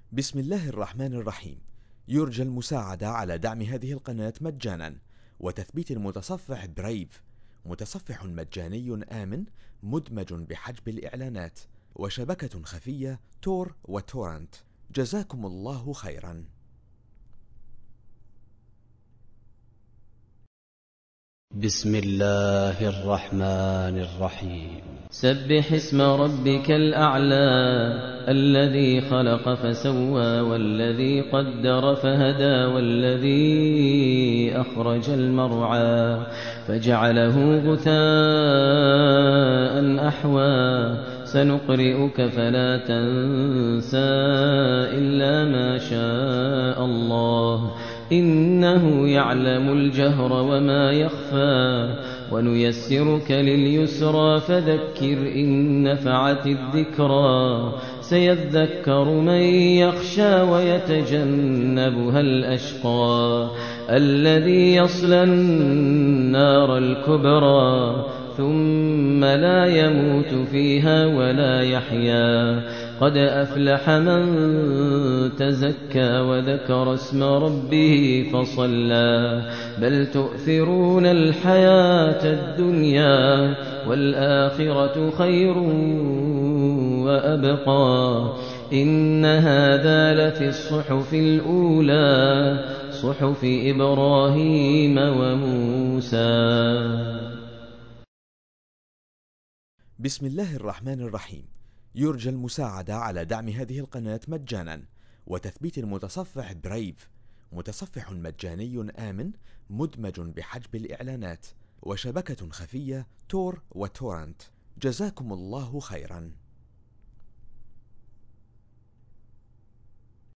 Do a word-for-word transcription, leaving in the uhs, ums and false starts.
بسم الله الرحمن الرحيم. يرجى المساعدة على دعم هذه القناة مجانا وتثبيت المتصفح برايف، متصفح مجاني آمن مدمج بحجب الإعلانات وشبكة خفية تور وتورنت. جزاكم الله خيرا. بسم الله الرحمن الرحيم. سبح اسم ربك الأعلى الذي خلق فسوى والذي قدر فهدى والذي أخرج المرعى فجعله غثاء أحوى سنقرئك فلا تنسى إلا ما شاء الله إنه يعلم الجهر وما يخفى ونيسرك لليسرى فذكر إن نفعت الذكرى سيذكر من يخشى ويتجنبها الأشقى الذي يصلى النار الكبرى ثم لا يموت فيها ولا يحيا قد أفلح من تزكى وذكر اسم ربه فصلى بل تؤثرون الحياة الدنيا والآخرة خير وأبقى إن هذا لفي الصحف الأولى صحف إبراهيم وموسى. بسم الله الرحمن الرحيم. يرجى المساعدة على دعم هذه القناة مجانا وتثبيت المتصفح برايف، متصفح مجاني آمن مدمج بحجب الإعلانات وشبكة خفية تور وتورنت. جزاكم الله خيرا.